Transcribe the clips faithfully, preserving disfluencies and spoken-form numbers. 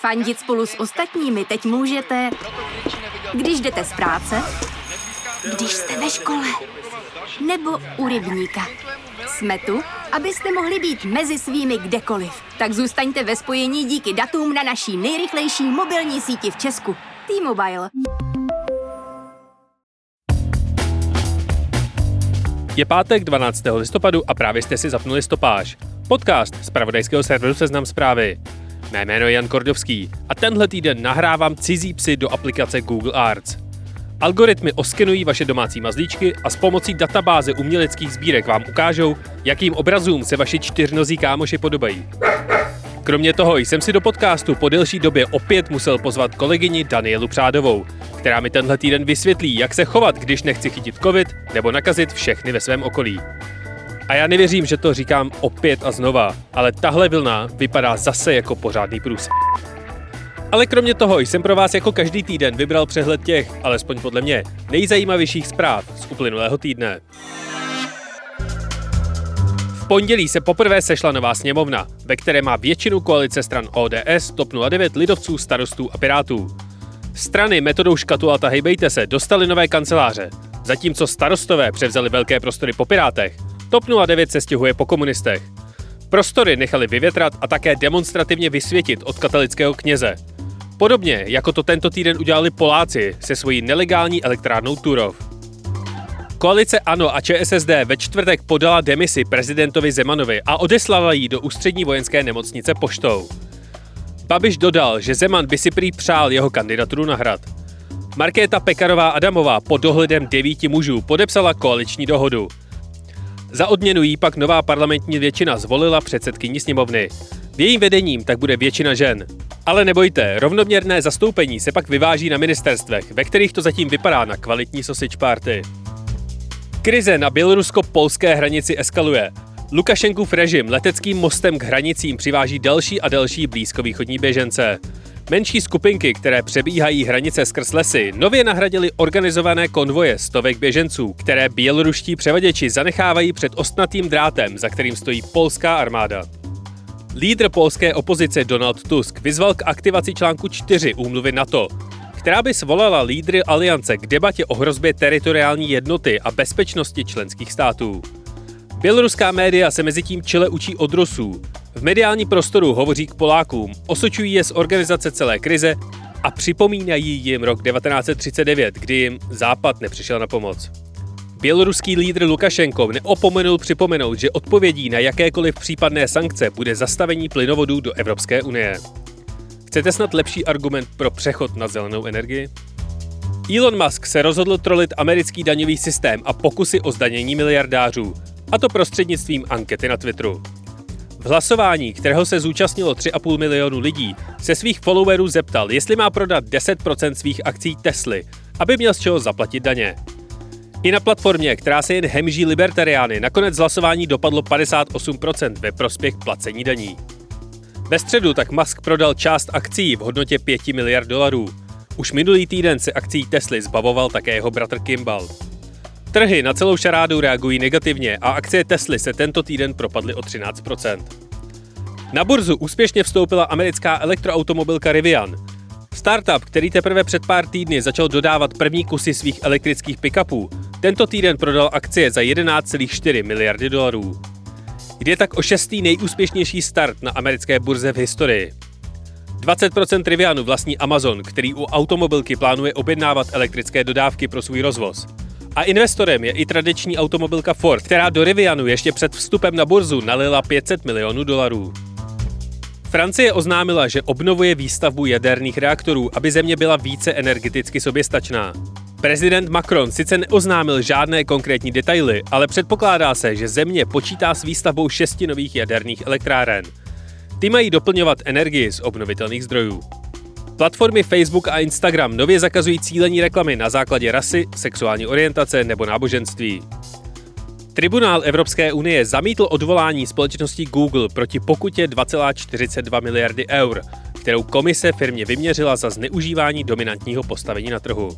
Fandit spolu s ostatními teď můžete, když jdete z práce, když jste ve škole, nebo u rybníka. Jsme tu, abyste mohli být mezi svými kdekoliv. Tak zůstaňte ve spojení díky datům na naší nejrychlejší mobilní síti v Česku. T-Mobile. Je pátek dvanáctého listopadu a právě jste si zapnuli Stopáž. Podcast z zpravodajského serveru Seznam Zprávy. Mé jméno je Jan Kordovský a tenhle týden nahrávám cizí psy do aplikace Google Arts. Algoritmy oskenují vaše domácí mazlíčky a s pomocí databáze uměleckých sbírek vám ukážou, jakým obrazům se vaši čtyřnozí kámoši podobají. Kromě toho jsem si do podcastu po delší době opět musel pozvat kolegyni Danielu Přádovou, která mi tenhle týden vysvětlí, jak se chovat, když nechci chytit covid nebo nakazit všechny ve svém okolí. A já nevěřím, že to říkám opět a znova, ale tahle vlna vypadá zase jako pořádný průs. Ale kromě toho jsem pro vás jako každý týden vybral přehled těch, alespoň podle mě, nejzajímavějších zpráv z uplynulého týdne. V pondělí se poprvé sešla nová sněmovna, ve které má většinu koalice stran O D S, TOP nula devět, Lidovců, Starostů a Pirátů. Strany metodou škatulata hejbejte se dostaly nové kanceláře, zatímco Starostové převzali velké prostory po Pirátech, TOP nula devět se stěhuje po komunistech. Prostory nechali vyvětrat a také demonstrativně vysvětit od katolického kněze. Podobně, jako to tento týden udělali Poláci se svojí nelegální elektrárnou Turów. Koalice ANO a Č S S D ve čtvrtek podala demisi prezidentovi Zemanovi a odeslala ji do ústřední vojenské nemocnice poštou. Babiš dodal, že Zeman by si prý přál jeho kandidaturu na Hrad. Markéta Pekarová Adamová pod dohledem devíti mužů podepsala koaliční dohodu. Za odměnu jí pak nová parlamentní většina zvolila předsedkyni sněmovny. V jejím vedením tak bude většina žen. Ale nebojte, rovnoměrné zastoupení se pak vyváží na ministerstvech, ve kterých to zatím vypadá na kvalitní sausage party. Krize na bělorusko-polské hranici eskaluje. Lukašenkův režim leteckým mostem k hranicím přiváží další a další blízkovýchodní běžence. Menší skupinky, které přebíhají hranice skrz lesy, nově nahradily organizované konvoje stovek běženců, které běloruští převaděči zanechávají před ostnatým drátem, za kterým stojí polská armáda. Lídr polské opozice Donald Tusk vyzval k aktivaci článku čtyři úmluvy NATO, která by svolala lídry aliance k debatě o hrozbě teritoriální jednoty a bezpečnosti členských států. Běloruská média se mezitím čile učí od Rusů. V mediální prostoru hovoří k Polákům, osočují je z organizace celé krize a připomínají jim rok devatenáct set třicet devět, kdy jim Západ nepřišel na pomoc. Běloruský lídr Lukašenko neopomenul připomenout, že odpovědí na jakékoliv případné sankce bude zastavení plynovodů do Evropské unie. Chcete snad lepší argument pro přechod na zelenou energii? Elon Musk se rozhodl trolit americký daňový systém a pokusy o zdanění miliardářů, a to prostřednictvím ankety na Twitteru. V hlasování, kterého se zúčastnilo tři a půl milionu lidí, se svých followerů zeptal, jestli má prodat deset procent svých akcí Tesly, aby měl z čeho zaplatit daně. I na platformě, která se jen hemží libertariány, nakonec hlasování dopadlo padesát osm procent ve prospěch placení daní. Ve středu tak Musk prodal část akcií v hodnotě pět miliard dolarů. Už minulý týden se akcií Tesly zbavoval také jeho bratr Kimball. Trhy na celou šarádu reagují negativně a akcie Tesly se tento týden propadly o třináct procent. Na burzu úspěšně vstoupila americká elektroautomobilka Rivian. Startup, který teprve před pár týdny začal dodávat první kusy svých elektrických pick-upů, tento týden prodal akcie za jedenáct celá čtyři miliardy dolarů. Jde tak o šestý nejúspěšnější start na americké burze v historii. dvacet procent Rivianu vlastní Amazon, který u automobilky plánuje objednávat elektrické dodávky pro svůj rozvoz. A investorem je i tradiční automobilka Ford, která do Rivianu ještě před vstupem na burzu nalila pět set milionů dolarů. Francie oznámila, že obnovuje výstavbu jaderných reaktorů, aby země byla více energeticky soběstačná. Prezident Macron sice neoznámil žádné konkrétní detaily, ale předpokládá se, že země počítá s výstavbou šesti nových jaderných elektráren. Ty mají doplňovat energii z obnovitelných zdrojů. Platformy Facebook a Instagram nově zakazují cílení reklamy na základě rasy, sexuální orientace nebo náboženství. Tribunál Evropské unie zamítl odvolání společnosti Google proti pokutě dva celá čtyřicet dva miliardy eur, kterou komise firmě vyměřila za zneužívání dominantního postavení na trhu.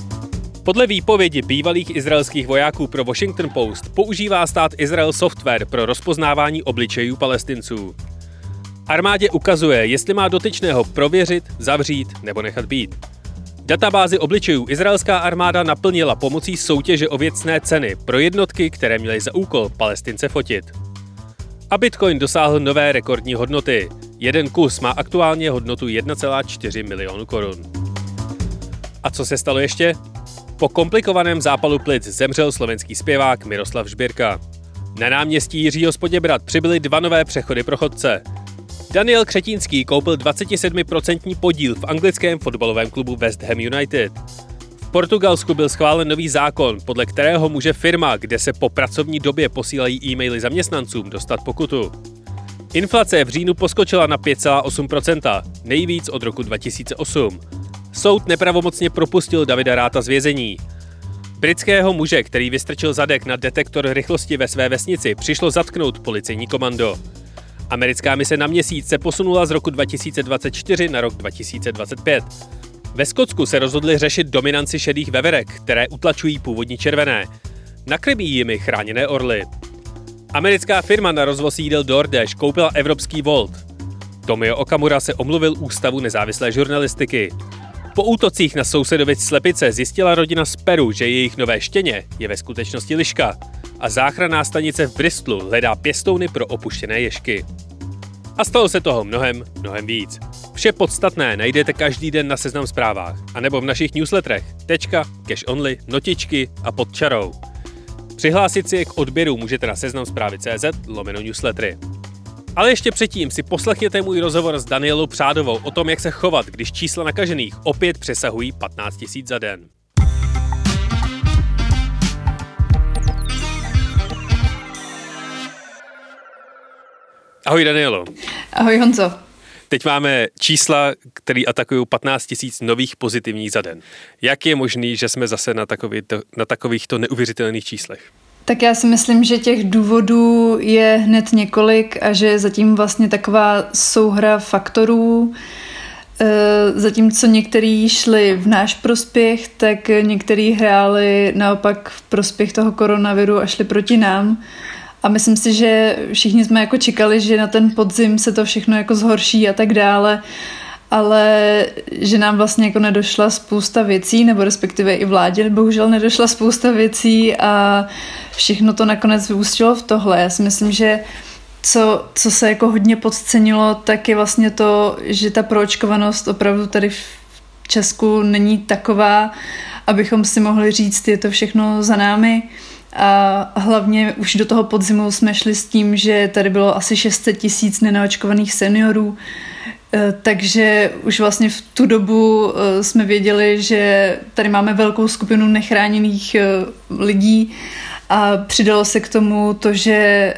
Podle výpovědi bývalých izraelských vojáků pro Washington Post používá stát Izrael software pro rozpoznávání obličejů Palestinců. Armádě ukazuje, jestli má dotyčného prověřit, zavřít nebo nechat být. Databázi obličejů izraelská armáda naplnila pomocí soutěže o věcné ceny pro jednotky, které měly za úkol Palestince fotit. A Bitcoin dosáhl nové rekordní hodnoty. Jeden kus má aktuálně hodnotu jedna celá čtyři milionu korun. A co se stalo ještě? Po komplikovaném zápalu plic zemřel slovenský zpěvák Miroslav Žbírka. Na náměstí Jiřího z Poděbrad přibyly dva nové přechody pro chodce. Daniel Křetínský koupil dvacet sedm procent podíl v anglickém fotbalovém klubu West Ham United. V Portugalsku byl schválen nový zákon, podle kterého může firma, kde se po pracovní době posílají e-maily zaměstnancům, dostat pokutu. Inflace v říjnu poskočila na pět celá osm procenta, nejvíc od roku dva tisíce osm. Soud nepravomocně propustil Davida Ráta z vězení. Britského muže, který vystrčil zadek na detektor rychlosti ve své vesnici, přišlo zatknout policejní komando. Americká mise na Měsíc se posunula z roku dva tisíce dvacet čtyři na rok dva tisíce dvacet pět. Ve Skotsku se rozhodli řešit dominanci šedých veverek, které utlačují původní červené. Nakrmí jimi chráněné orly. Americká firma na rozvoz jídel DoorDash koupila evropský Wolt. Tomio Okamura se omluvil Ústavu nezávislé žurnalistiky. Po útocích na sousedovic slepice zjistila rodina z Peru, že jejich nové štěně je ve skutečnosti liška a záchranná stanice v Bristolu hledá pěstouny pro opuštěné ježky. A stalo se toho mnohem, mnohem víc. Vše podstatné najdete každý den na Seznam Zprávách, anebo v našich newsletterech Tečka, Cash Only, Notičky a Pod čarou. Přihlásit si je k odběru můžete na seznamzprávy tečka cé zet lomeno newslettery. Ale ještě předtím si poslechněte můj rozhovor s Danielou Přádovou o tom, jak se chovat, když čísla nakažených opět přesahují patnáct tisíc za den. Ahoj Danielo. Ahoj Honzo. Teď máme čísla, které atakují patnáct tisíc nových pozitivních za den. Jak je možný, že jsme zase na, takovýto, na takovýchto neuvěřitelných číslech? Tak já si myslím, že těch důvodů je hned několik a že je zatím vlastně taková souhra faktorů. Zatímco některý šli v náš prospěch, tak některý hráli naopak v prospěch toho koronaviru a šli proti nám. A myslím si, že všichni jsme jako čekali, že na ten podzim se to všechno jako zhorší a tak dále, ale že nám vlastně jako nedošla spousta věcí, nebo respektive i vládě bohužel nedošla spousta věcí a všechno to nakonec vyústilo v tohle. Já si myslím, že co, co se jako hodně podcenilo, tak je vlastně to, že ta proočkovanost opravdu tady v Česku není taková, abychom si mohli říct, je to všechno za námi. A hlavně už do toho podzimu jsme šli s tím, že tady bylo asi šest set tisíc nenaočkovaných seniorů, takže už vlastně v tu dobu jsme věděli, že tady máme velkou skupinu nechráněných lidí a přidalo se k tomu to, že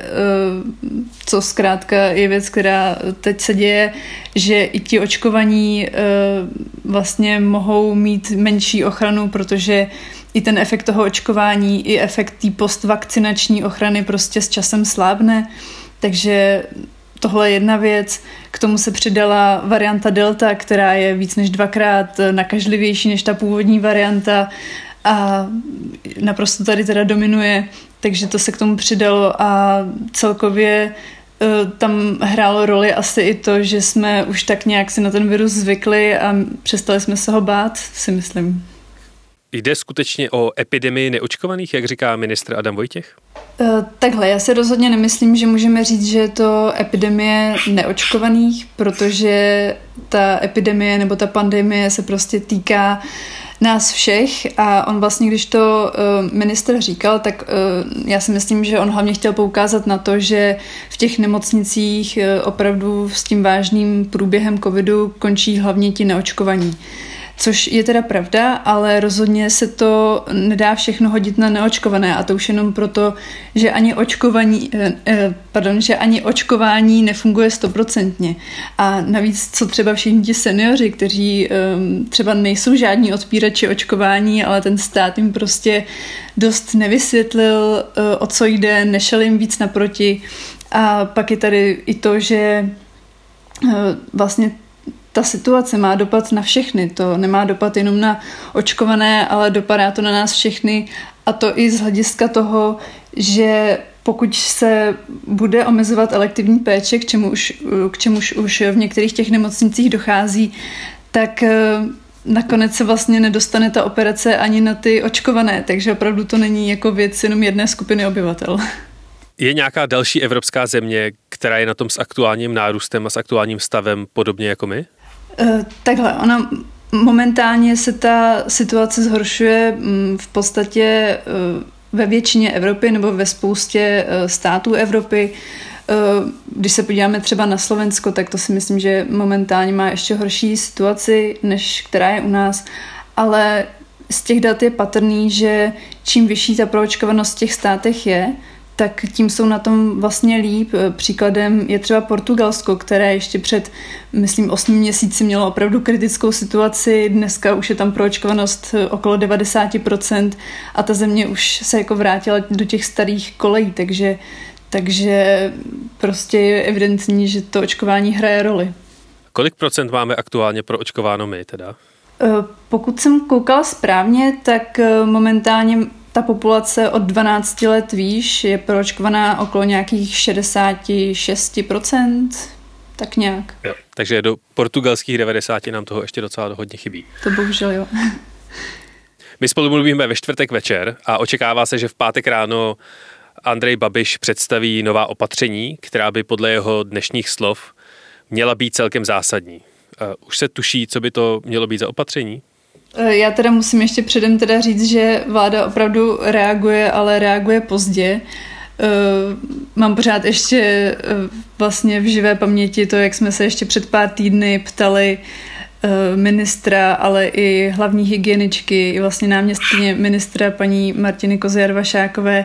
co zkrátka je věc, která teď se děje, že i ti očkovaní vlastně mohou mít menší ochranu, protože i ten efekt toho očkování, i efekt té postvakcinační ochrany prostě s časem slábne. Takže tohle je jedna věc. K tomu se přidala varianta Delta, která je víc než dvakrát nakažlivější než ta původní varianta a naprosto tady teda dominuje, takže to se k tomu přidalo a celkově tam hrálo roli asi i to, že jsme už tak nějak si na ten virus zvykli a přestali jsme se ho bát, si myslím. Jde skutečně o epidemii neočkovaných, jak říká ministr Adam Vojtěch? Takhle, já si rozhodně nemyslím, že můžeme říct, že je to epidemie neočkovaných, protože ta epidemie nebo ta pandemie se prostě týká nás všech a on vlastně, když to ministr říkal, tak já si myslím, že on hlavně chtěl poukázat na to, že v těch nemocnicích opravdu s tím vážným průběhem covidu končí hlavně ti neočkovaní. Což je teda pravda, ale rozhodně se to nedá všechno hodit na neočkované a to už jenom proto, že ani očkování, pardon, že ani očkování nefunguje stoprocentně. A navíc co třeba všichni ti seniori, kteří třeba nejsou žádní odpírači očkování, ale ten stát jim prostě dost nevysvětlil, o co jde, nešel jim víc naproti. A pak je tady i to, že vlastně ta situace má dopad na všechny, to nemá dopad jenom na očkované, ale dopadá to na nás všechny a to i z hlediska toho, že pokud se bude omezovat elektivní péče, k čemuž, k čemuž už v některých těch nemocnicích dochází, tak nakonec se vlastně nedostane ta operace ani na ty očkované, takže opravdu to není jako věc jenom jedné skupiny obyvatel. Je nějaká další evropská země, která je na tom s aktuálním nárůstem a s aktuálním stavem podobně jako my? Takhle, ona momentálně se ta situace zhoršuje v podstatě ve většině Evropy nebo ve spoustě států Evropy. Když se podíváme třeba na Slovensko, tak to si myslím, že momentálně má ještě horší situaci, než která je u nás, ale z těch dat je patrný, že čím vyšší ta proočkovanost v těch státech je, tak tím jsou na tom vlastně líp. Příkladem je třeba Portugalsko, které ještě před, myslím, osmi měsíci mělo opravdu kritickou situaci. Dneska už je tam proočkovanost okolo devadesát procent a ta země už se jako vrátila do těch starých kolejí, takže, takže prostě je evidentní, že to očkování hraje roli. Kolik procent máme aktuálně proočkováno my teda? Pokud jsem koukala správně, tak momentálně ta populace od dvanácti let výš je proočkovaná okolo nějakých šedesát šest procent, tak nějak. Jo, takže do portugalských devadesát nám toho ještě docela hodně chybí. To bohužel jo. My spolu mluvíme ve čtvrtek večer a očekává se, že v pátek ráno Andrej Babiš představí nová opatření, která by podle jeho dnešních slov měla být celkem zásadní. Už se tuší, co by to mělo být za opatření? Já teda musím ještě předem teda říct, že vláda opravdu reaguje, ale reaguje pozdě. Mám pořád ještě vlastně v živé paměti to, jak jsme se ještě před pár týdny ptali ministra, ale i hlavní hygieničky, i vlastně náměstkyně ministra paní Martiny Koziar-Vašákové,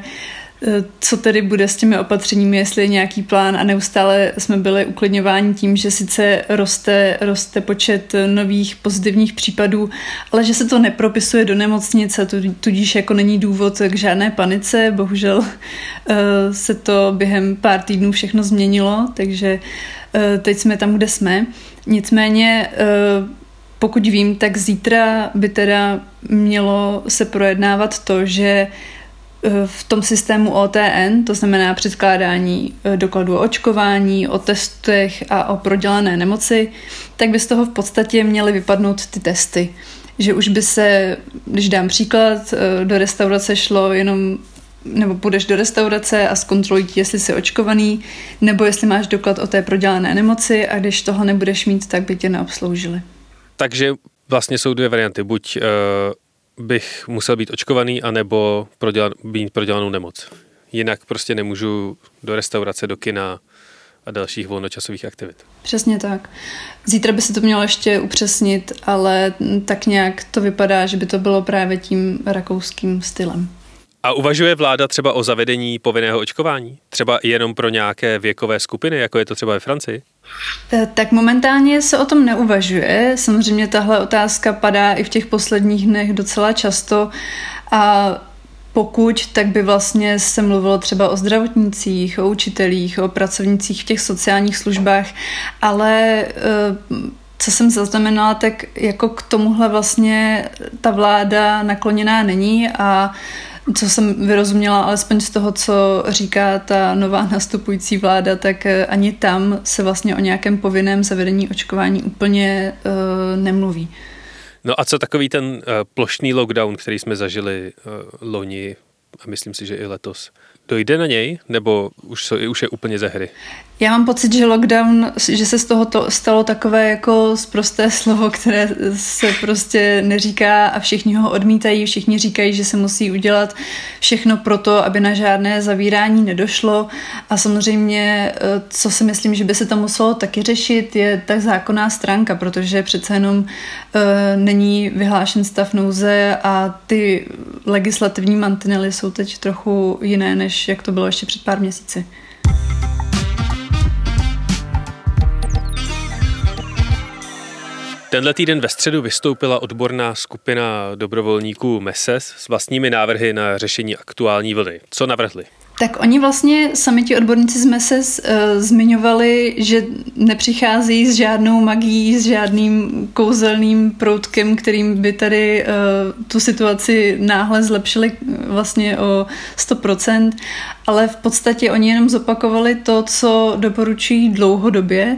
co tedy bude s těmi opatřeními, jestli je nějaký plán, a neustále jsme byli uklidňováni tím, že sice roste, roste počet nových pozitivních případů, ale že se to nepropisuje do nemocnice, tudíž jako není důvod k žádné panice. Bohužel se to během pár týdnů všechno změnilo, takže teď jsme tam, kde jsme. Nicméně pokud vím, tak zítra by teda mělo se projednávat to, že v tom systému O T N, to znamená předkládání dokladů o očkování, o testech a o prodělané nemoci, tak by z toho v podstatě měly vypadnout ty testy. Že už by se, když dám příklad, do restaurace šlo jenom, nebo půjdeš do restaurace a zkontrolují ti, jestli jsi očkovaný, nebo jestli máš doklad o té prodělané nemoci, a když toho nebudeš mít, tak by tě neobsloužili. Takže vlastně jsou dvě varianty. Buď uh... bych musel být očkovaný, anebo prodělan, být prodělanou nemoc. Jinak prostě nemůžu do restaurace, do kina a dalších volnočasových aktivit. Přesně tak. Zítra by se to mělo ještě upřesnit, ale tak nějak to vypadá, že by to bylo právě tím rakouským stylem. A uvažuje vláda třeba o zavedení povinného očkování? Třeba jenom pro nějaké věkové skupiny, jako je to třeba ve Francii? Tak momentálně se o tom neuvažuje. Samozřejmě tahle otázka padá i v těch posledních dnech docela často a pokud, tak by vlastně se mluvilo třeba o zdravotnících, o učitelích, o pracovnících v těch sociálních službách, ale co jsem zaznamenala, tak jako k tomuhle vlastně ta vláda nakloněná není, a co jsem vyrozuměla, alespoň z toho, co říká ta nová nastupující vláda, tak ani tam se vlastně o nějakém povinném zavedení očkování úplně uh, nemluví. No a co takový ten uh, plošný lockdown, který jsme zažili uh, loni a myslím si, že i letos? Dojde na něj, nebo už, so, už je úplně ze hry? Já mám pocit, že lockdown, že se z toho to stalo takové jako sprosté slovo, které se prostě neříká a všichni ho odmítají, všichni říkají, že se musí udělat všechno pro to, aby na žádné zavírání nedošlo, a samozřejmě, co si myslím, že by se to muselo taky řešit, je ta zákonná stránka, protože přece jenom uh, není vyhlášen stav nouze a ty legislativní mantinely jsou teď trochu jiné, než jak to bylo ještě před pár měsíci. Tenhle týden ve středu vystoupila odborná skupina dobrovolníků M E S E S s vlastními návrhy na řešení aktuální vlny. Co navrhli? Tak oni vlastně, sami ti odborníci z MESES uh, zmiňovali, že nepřicházejí s žádnou magií, s žádným kouzelným proutkem, kterým by tady uh, tu situaci náhle zlepšili vlastně o sto procent, ale v podstatě oni jenom zopakovali to, co doporučují dlouhodobě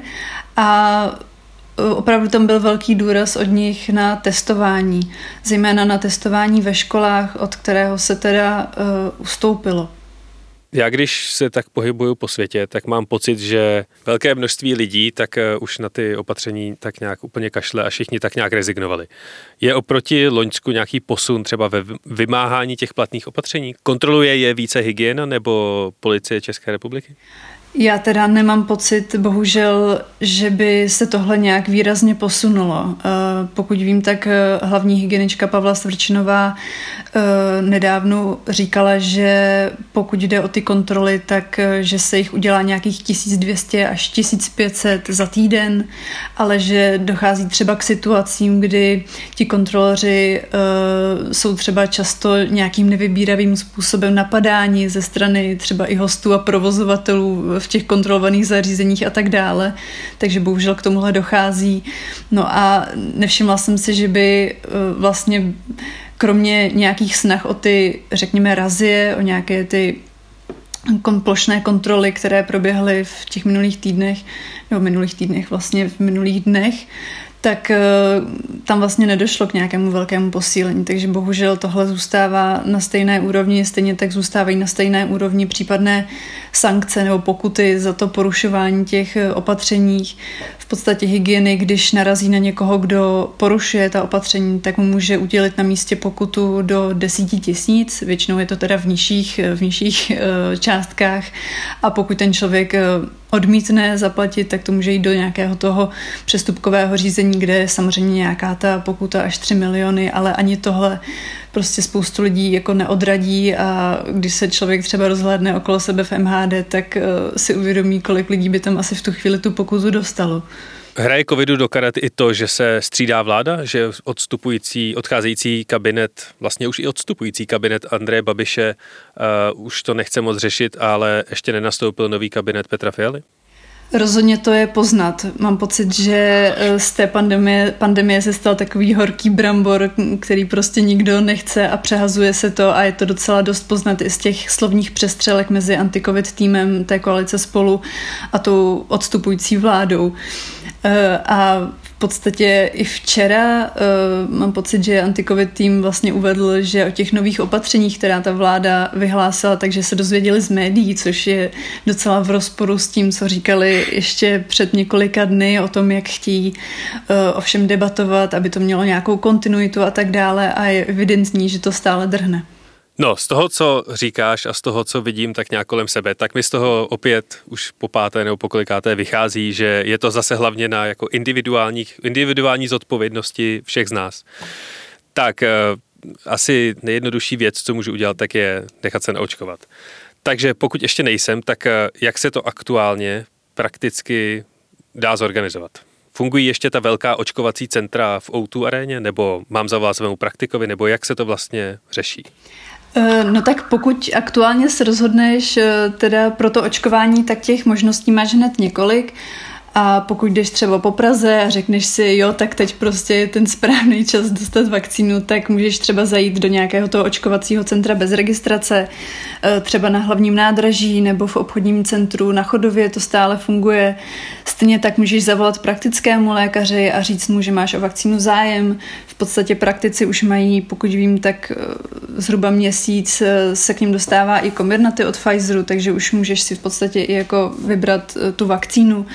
a opravdu tam byl velký důraz od nich na testování, zejména na testování ve školách, od kterého se teda uh, ustoupilo. Já když se tak pohybuju po světě, tak mám pocit, že velké množství lidí tak už na ty opatření tak nějak úplně kašle a všichni tak nějak rezignovali. Je oproti loňsku nějaký posun třeba ve vymáhání těch platných opatření? Kontroluje je více hygiena nebo policie České republiky? Já teda nemám pocit, bohužel, že by se tohle nějak výrazně posunulo. Pokud vím, tak hlavní hygienička Pavla Svrčinová nedávno říkala, že pokud jde o ty kontroly, tak že se jich udělá nějakých tisíc dvě stě až tisíc pět set za týden, ale že dochází třeba k situacím, kdy ti kontroloři jsou třeba často nějakým nevybíravým způsobem napadáni ze strany třeba i hostů a provozovatelů v těch kontrolovaných zařízeních a tak dále. Takže bohužel k tomuhle dochází. No a nevšimla jsem si, že by vlastně kromě nějakých snah o ty, řekněme, razie, o nějaké ty plošné kontroly, které proběhly v těch minulých týdnech, nebo minulých týdnech, vlastně v minulých dnech, tak tam vlastně nedošlo k nějakému velkému posílení, takže bohužel tohle zůstává na stejné úrovni, stejně tak zůstávají na stejné úrovni případné sankce nebo pokuty za to porušování těch opatření. V podstatě hygieny, když narazí na někoho, kdo porušuje ta opatření, tak mu může udělit na místě pokutu do desíti tisíc, většinou je to teda v nižších, v nižších částkách a pokud ten člověk odmítne zaplatit, tak to může jít do nějakého toho přestupkového řízení, kde je samozřejmě nějaká ta pokuta až tři miliony, ale ani tohle prostě spoustu lidí jako neodradí a když se člověk třeba rozhlédne okolo sebe v M H D, tak si uvědomí, kolik lidí by tam asi v tu chvíli tu pokutu dostalo. Hraje covidu do karet i to, že se střídá vláda, že odstupující, odcházející kabinet, vlastně už i odstupující kabinet Andreje Babiše uh, už to nechce moc řešit, ale ještě nenastoupil nový kabinet Petra Fialy? Rozhodně to je poznat. Mám pocit, že z té pandemie, pandemie se stal takový horký brambor, který prostě nikdo nechce a přehazuje se to a je to docela dost poznat i z těch slovních přestřelek mezi anti-covid týmem té koalice Spolu a tou odstupující vládou. A v podstatě i včera uh, mám pocit, že anti-covid tým vlastně uvedl, že o těch nových opatřeních, která ta vláda vyhlásila, takže se dozvěděli z médií, což je docela v rozporu s tím, co říkali ještě před několika dny o tom, jak chtějí uh, o všem debatovat, aby to mělo nějakou kontinuitu a tak dále a je evidentní, že to stále drhne. No, z toho, co říkáš a z toho, co vidím tak nějak kolem sebe, tak mi z toho opět už po páté nebo po kolikáté vychází, že je to zase hlavně na jako individuálních, individuální zodpovědnosti všech z nás. Tak eh, asi nejjednodušší věc, co můžu udělat, tak je nechat se naočkovat. Takže pokud ještě nejsem, tak eh, jak se to aktuálně prakticky dá zorganizovat? Fungují ještě ta velká očkovací centra v O dva aréně, nebo mám zavolat svému praktikovi, nebo jak se to vlastně řeší? No tak pokud aktuálně se rozhodneš teda pro to očkování, tak těch možností máš hned několik. A pokud jdeš třeba po Praze a řekneš si, jo, tak teď prostě je ten správný čas dostat vakcínu, tak můžeš třeba zajít do nějakého toho očkovacího centra bez registrace, třeba na hlavním nádraží nebo v obchodním centru na Chodově, to stále funguje. Stejně tak můžeš zavolat praktickému lékaři a říct mu, že máš o vakcínu zájem. V podstatě praktici už mají, pokud vím, tak zhruba měsíc se k ním dostává i Comirnaty od Pfizeru, takže už můžeš si v podstatě i jako vybrat tu vakcínu.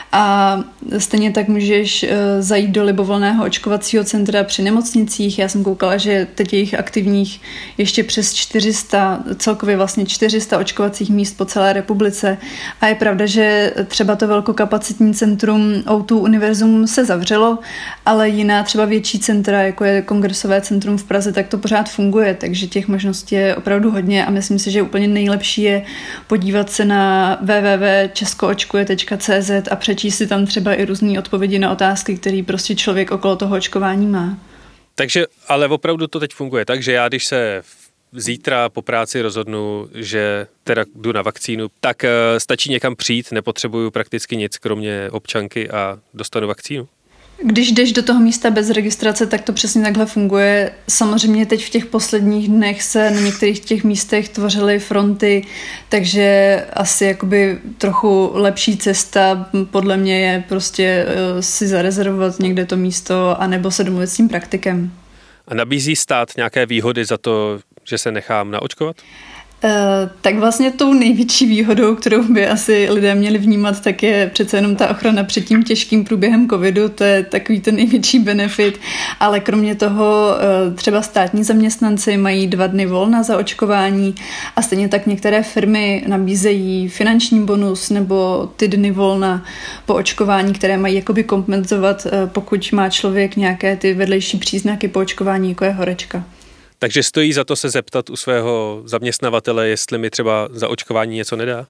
A stejně tak můžeš zajít do libovolného očkovacího centra při nemocnicích. Já jsem koukala, že teď je jich aktivních ještě přes čtyři sta, celkově vlastně čtyři sta očkovacích míst po celé republice. A je pravda, že třeba to velkokapacitní centrum O dva Univerzum se zavřelo, ale jiná třeba větší centra, jako je Kongresové centrum v Praze, tak to pořád funguje, takže těch možností je opravdu hodně a myslím si, že úplně nejlepší je podívat se na w w w tečka českoočkuje tečka c z a přečíst si tam třeba i různé odpovědi na otázky, které prostě člověk okolo toho očkování má. Takže, ale opravdu to teď funguje tak, že já, když se zítra po práci rozhodnu, že teda jdu na vakcínu, tak stačí někam přijít, nepotřebuju prakticky nic, kromě občanky a dostanu vakcínu? Když jdeš do toho místa bez registrace, tak to přesně takhle funguje. Samozřejmě teď v těch posledních dnech se na některých těch místech tvořily fronty, takže asi jakoby trochu lepší cesta podle mě je prostě si zarezervovat někde to místo anebo se domluvit s tím praktikem. A nabízí stát nějaké výhody za to, že se nechám naočkovat? Uh, tak vlastně tou největší výhodou, kterou by asi lidé měli vnímat, tak je přece jenom ta ochrana před tím těžkým průběhem covidu, to je takový ten největší benefit, ale kromě toho uh, třeba státní zaměstnanci mají dva dny volna za očkování a stejně tak některé firmy nabízejí finanční bonus nebo ty dny volna po očkování, které mají jakoby kompenzovat, uh, pokud má člověk nějaké ty vedlejší příznaky po očkování, jako je horečka. Takže stojí za to se zeptat u svého zaměstnavatele, jestli mi třeba za očkování něco nedá?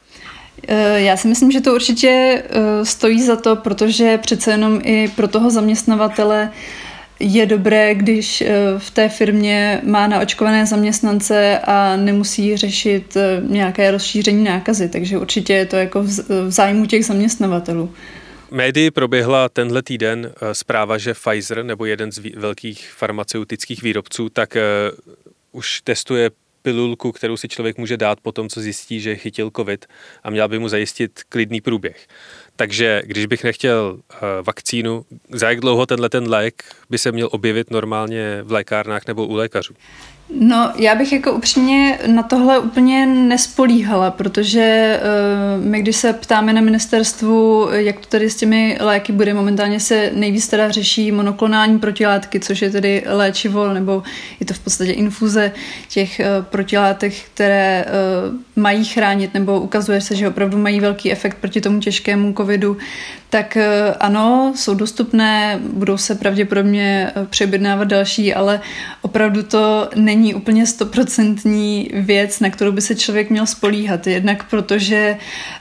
Já si myslím, že to určitě stojí za to, protože přece jenom i pro toho zaměstnavatele je dobré, když v té firmě má naočkované zaměstnance a nemusí řešit nějaké rozšíření nákazy, takže určitě je to jako v zájmu těch zaměstnavatelů. Médii proběhla tenhle týden zpráva, že Pfizer, nebo jeden z velkých farmaceutických výrobců, tak uh, už testuje pilulku, kterou si člověk může dát po tom, co zjistí, že chytil covid a měla by mu zajistit klidný průběh. Takže když bych nechtěl uh, vakcínu, za jak dlouho tenhle ten lék by se měl objevit normálně v lékárnách nebo u lékařů? No, já bych jako upřímně na tohle úplně nespolíhala, protože uh, my, když se ptáme na ministerstvu, jak to tady s těmi léky bude, momentálně se nejvíc teda řeší monoklonální protilátky, což je tedy léčivo, nebo je to v podstatě infuze těch uh, protilátek, které uh, mají chránit, nebo ukazuje se, že opravdu mají velký efekt proti tomu těžkému covidu, tak uh, ano, jsou dostupné, budou se pravděpodobně uh, přeobjednávat další, ale opravdu to není není úplně stoprocentní věc, na kterou by se člověk měl spolíhat. Jednak protože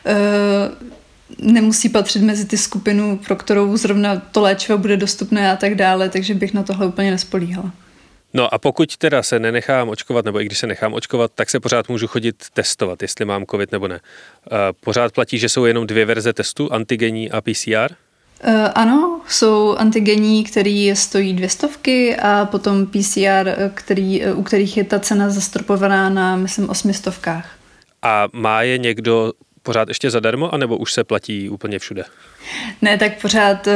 uh, nemusí patřit mezi ty skupinu, pro kterou zrovna to léčivo bude dostupné a tak dále, takže bych na tohle úplně nespolíhala. No a pokud teda se nenechám očkovat, nebo i když se nechám očkovat, tak se pořád můžu chodit testovat, jestli mám covid nebo ne. Uh, pořád platí, že jsou jenom dvě verze testu, antigenní a P C R? Uh, ano, jsou antigenní, který stojí dvě stovky a potom P C R, který, u kterých je ta cena zastropovaná na, myslím, osmistovkách. A má je někdo pořád ještě zadarmo, anebo už se platí úplně všude? Ne, tak pořád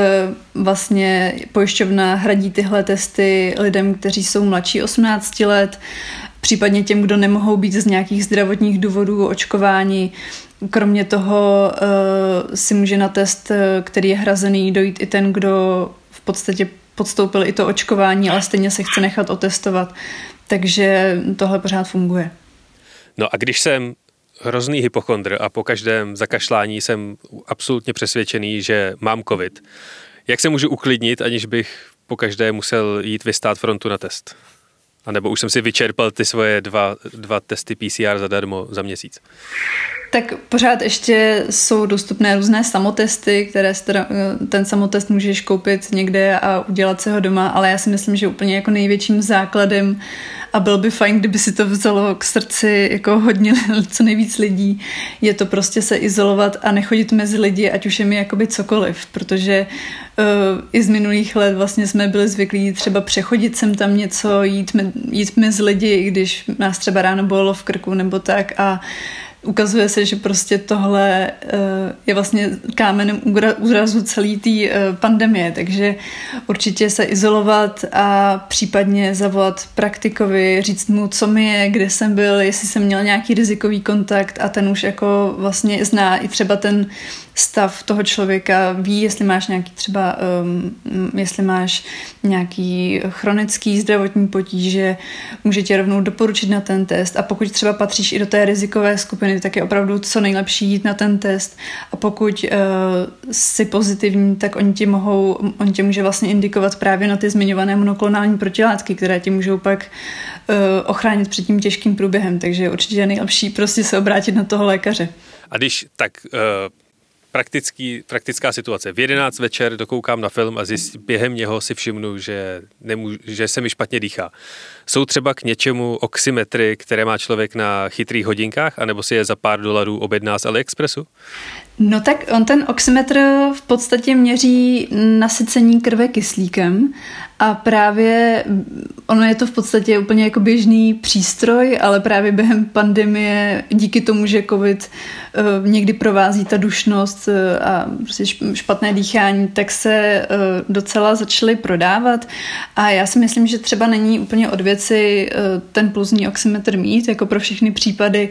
vlastně pojišťovna hradí tyhle testy lidem, kteří jsou mladší osmnácti let, případně těm, kdo nemohou být z nějakých zdravotních důvodů očkováni. Kromě toho uh, si může na test, který je hrazený, dojít i ten, kdo v podstatě podstoupil i to očkování, ale stejně se chce nechat otestovat. Takže tohle pořád funguje. No a když jsem hrozný hypochondr a po každém zakašlání jsem absolutně přesvědčený, že mám covid, jak se můžu uklidnit, aniž bych po každé musel jít vystát frontu na test? A nebo už jsem si vyčerpal ty svoje dva, dva testy P C R zadarmo za měsíc? Tak pořád ještě jsou dostupné různé samotesty, které ten samotest můžeš koupit někde a udělat si ho doma, ale já si myslím, že úplně jako největším základem a byl by fajn, kdyby si to vzalo k srdci jako hodně, co nejvíc lidí, je to prostě se izolovat a nechodit mezi lidi, ať už je mi jakoby cokoliv, protože uh, i z minulých let vlastně jsme byli zvyklí třeba přechodit sem tam něco, jít, me, jít mezi lidi, když nás třeba ráno bolelo v krku nebo tak a ukazuje se, že prostě tohle je vlastně kámenem úrazu celé té pandemie, takže určitě se izolovat a případně zavolat praktikovi, říct mu, co mi je, kde jsem byl, jestli jsem měl nějaký rizikový kontakt a ten už jako vlastně zná i třeba ten stav toho člověka, ví, jestli máš nějaký třeba, um, jestli máš nějaký chronický zdravotní potíže, může tě rovnou doporučit na ten test a pokud třeba patříš i do té rizikové skupiny, tak je opravdu co nejlepší jít na ten test a pokud uh, jsi pozitivní, tak oni ti mohou, on tě může vlastně indikovat právě na ty zmiňované monoklonální protilátky, které ti můžou pak uh, ochránit před tím těžkým průběhem, takže určitě je nejlepší prostě se obrátit na toho lékaře. A když tak uh... Praktický, praktická situace. V jedenáct večer dokoukám na film a zjist, během něho si všimnu, že, nemůžu, že se mi špatně dýchá. Jsou třeba k něčemu oximetry, které má člověk na chytrých hodinkách, anebo si je za pár dolarů objedná z AliExpressu? No tak on ten oximetr v podstatě měří nasycení krve kyslíkem a právě ono je to v podstatě úplně jako běžný přístroj, ale právě během pandemie díky tomu, že covid uh, někdy provází ta dušnost uh, a prostě špatné dýchání, tak se uh, docela začaly prodávat a já si myslím, že třeba není úplně od věci uh, ten pulzní oximetr mít, jako pro všechny případy,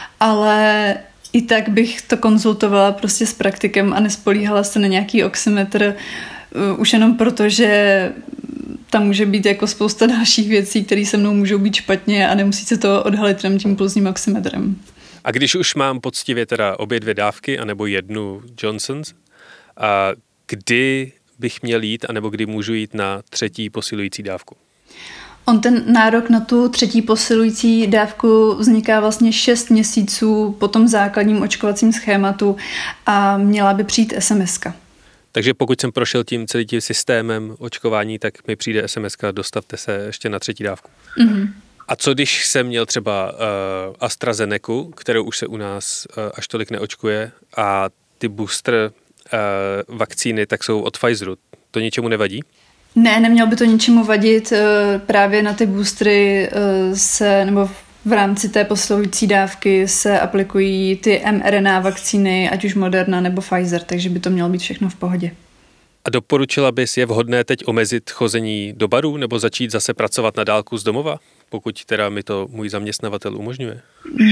ale i tak bych to konzultovala prostě s praktikem a nespolíhala se na nějaký oximetr uh, už jenom proto, že tam může být jako spousta dalších věcí, které se mnou můžou být špatně a nemusí se to odhalit jenom tím pulzním oximetrem. A když už mám poctivě teda obě dvě dávky, anebo jednu Johnson's, a kdy bych měl jít, anebo kdy můžu jít na třetí posilující dávku? On ten nárok na tu třetí posilující dávku vzniká vlastně šest měsíců po tom základním očkovacím schématu a měla by přijít es em eska. Takže pokud jsem prošel tím celým tím systémem očkování, tak mi přijde es em eska, dostavte se ještě na třetí dávku. Mm-hmm. A co když jsem měl třeba uh, AstraZeneca, kterou už se u nás uh, až tolik neočkuje a ty booster uh, vakcíny tak jsou od Pfizeru, to ničemu nevadí? Ne, nemělo by to ničemu vadit, právě na ty boostry se, nebo v rámci té posilující dávky se aplikují ty em er en á vakcíny, ať už Moderna nebo Pfizer, takže by to mělo být všechno v pohodě. A doporučila bys, je vhodné teď omezit chození do barů nebo začít zase pracovat na dálku z domova, pokud teda mi to můj zaměstnavatel umožňuje?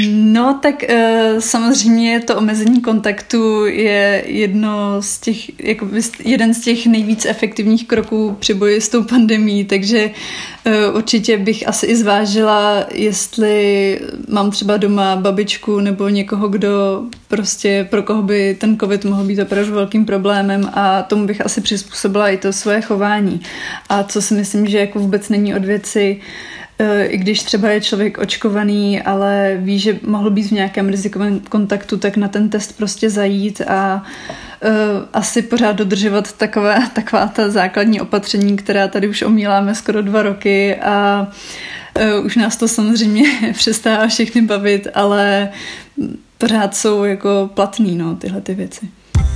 No tak e, samozřejmě to omezení kontaktu je jedno z těch, jako jeden z těch nejvíc efektivních kroků při boji s tou pandemií, takže e, určitě bych asi i zvážila, jestli mám třeba doma babičku nebo někoho, kdo prostě pro koho by ten covid mohl být opravdu velkým problémem a tomu bych asi přizpůsobila i to svoje chování. A co si myslím, že jako vůbec není od věci, i když třeba je člověk očkovaný, ale ví, že mohl být v nějakém rizikovém kontaktu, tak na ten test prostě zajít a uh, asi pořád dodržovat taková, taková ta základní opatření, která tady už omíláme skoro dva roky a uh, už nás to samozřejmě přestává všechny bavit, ale pořád jsou jako platný, no, tyhle ty věci.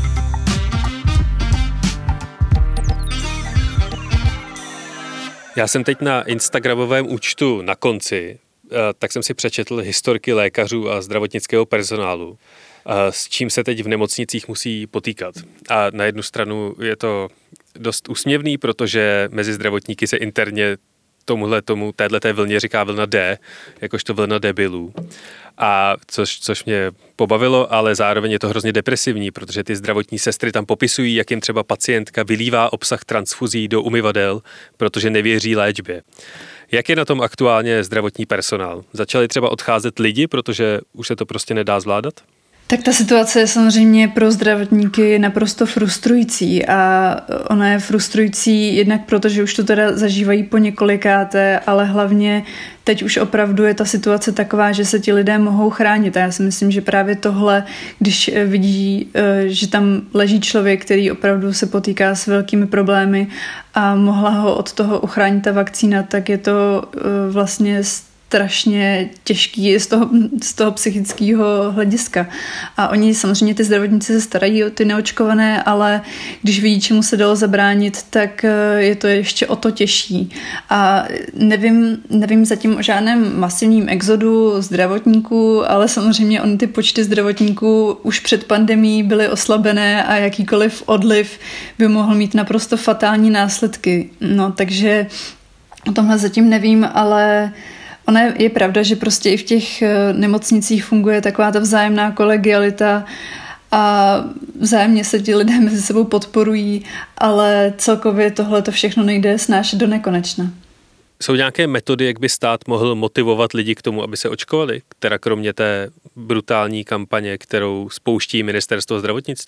Já jsem teď na instagramovém účtu Na konci, tak jsem si přečetl historky lékařů a zdravotnického personálu, s čím se teď v nemocnicích musí potýkat. A na jednu stranu je to dost úsměvný, protože mezi zdravotníky se interně tomuhle tomu, téhleté vlně říká vlna D, jakožto vlna debilů. A což, což mě pobavilo, ale zároveň je to hrozně depresivní, protože ty zdravotní sestry tam popisují, jak jim třeba pacientka vylívá obsah transfuzí do umyvadel, protože nevěří léčbě. Jak je na tom aktuálně zdravotní personál? Začali třeba odcházet lidi, protože už se to prostě nedá zvládat? Tak ta situace je samozřejmě pro zdravotníky naprosto frustrující a ona je frustrující jednak proto, že už to teda zažívají po několikáté, ale hlavně teď už opravdu je ta situace taková, že se ti lidé mohou chránit a já si myslím, že právě tohle, když vidí, že tam leží člověk, který opravdu se potýká s velkými problémy a mohla ho od toho uchránit ta vakcína, tak je to vlastně strašně těžký z toho, z toho psychického hlediska. A oni samozřejmě, ty zdravotníci se starají o ty neočkované, ale když vidí, čemu se dalo zabránit, tak je to ještě o to těžší. A nevím, nevím zatím o žádném masivním exodu zdravotníků, ale samozřejmě oni ty počty zdravotníků už před pandemií byly oslabené a jakýkoliv odliv by mohl mít naprosto fatální následky. No, takže o tomhle zatím nevím, ale ona je pravda, že prostě i v těch nemocnicích funguje taková ta vzájemná kolegialita a vzájemně se ti lidé mezi sebou podporují, ale celkově tohle to všechno nejde snášet do nekonečna. Jsou nějaké metody, jak by stát mohl motivovat lidi k tomu, aby se očkovali, která kromě té brutální kampaně, kterou spouští ministerstvo zdravotnictví?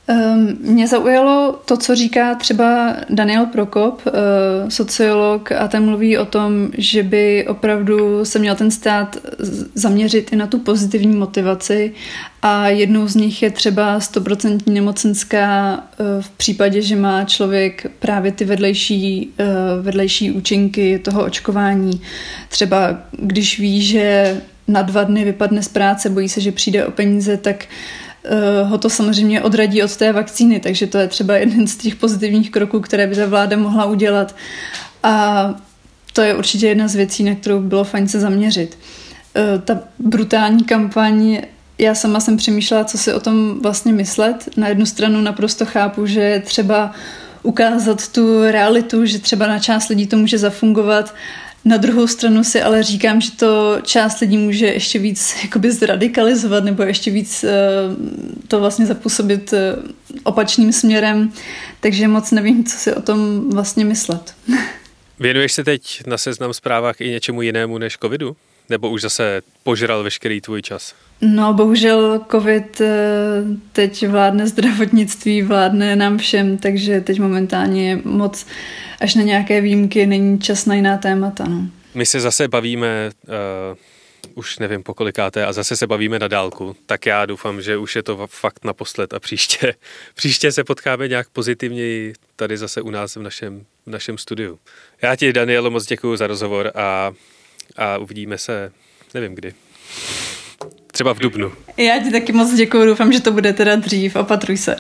Um, mě zaujalo to, co říká třeba Daniel Prokop, uh, sociolog, a ten mluví o tom, že by opravdu se měl ten stát zaměřit i na tu pozitivní motivaci a jednou z nich je třeba stoprocentní nemocenská uh, v případě, že má člověk právě ty vedlejší, uh, vedlejší účinky toho očkování. Třeba když ví, že na dva dny vypadne z práce, bojí se, že přijde o peníze, tak ho to samozřejmě odradí od té vakcíny, takže to je třeba jeden z těch pozitivních kroků, které by ta vláda mohla udělat. A to je určitě jedna z věcí, na kterou bylo fajn se zaměřit. Ta brutální kampaň, já sama jsem přemýšlela, co si o tom vlastně myslet. Na jednu stranu naprosto chápu, že je třeba ukázat tu realitu, že třeba na část lidí to může zafungovat. Na druhou stranu si ale říkám, že to část lidí může ještě víc jakoby zradikalizovat nebo ještě víc to vlastně zapůsobit opačným směrem, takže moc nevím, co si o tom vlastně myslet. Věnuješ se teď na Seznam Zprávách i něčemu jinému než covidu? Nebo už zase požral veškerý tvůj čas? No, bohužel covid teď vládne zdravotnictví, vládne nám všem, takže teď momentálně moc, až na nějaké výjimky, není čas na jiná témata. No. My se zase bavíme, uh, už nevím po kolikáté, a zase se bavíme na dálku, tak já doufám, že už je to fakt naposled a příště, příště se potkáme nějak pozitivněji tady zase u nás v našem, v našem studiu. Já ti, Danielo, moc děkuju za rozhovor a, a uvidíme se, nevím kdy. Třeba v dubnu. Já ti taky moc děkuju, doufám, že to bude teda dřív. Opatruj se.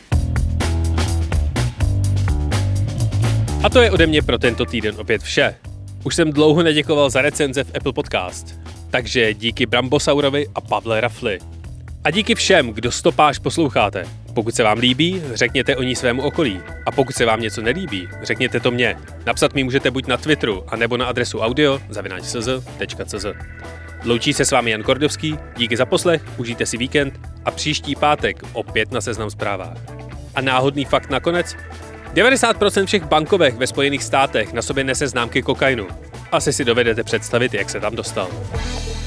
A to je ode mě pro tento týden opět vše. Už jsem dlouho neděkoval za recenze v Apple Podcast. Takže díky Brambosaurovi a Pavle Rafli. A díky všem, kdo stopáž posloucháte. Pokud se vám líbí, řekněte o ní svému okolí. A pokud se vám něco nelíbí, řekněte to mně. Napsat mi můžete buď na Twitteru, anebo na adresu audio zavináč c z tečka c z. Loučí se s vámi Jan Kordovský, díky za poslech, užijte si víkend a příští pátek opět na Seznam Zprávách. A náhodný fakt nakonec? devadesát procent všech bankovek ve Spojených státech na sobě nese známky kokainu. Asi si dovedete představit, jak se tam dostal.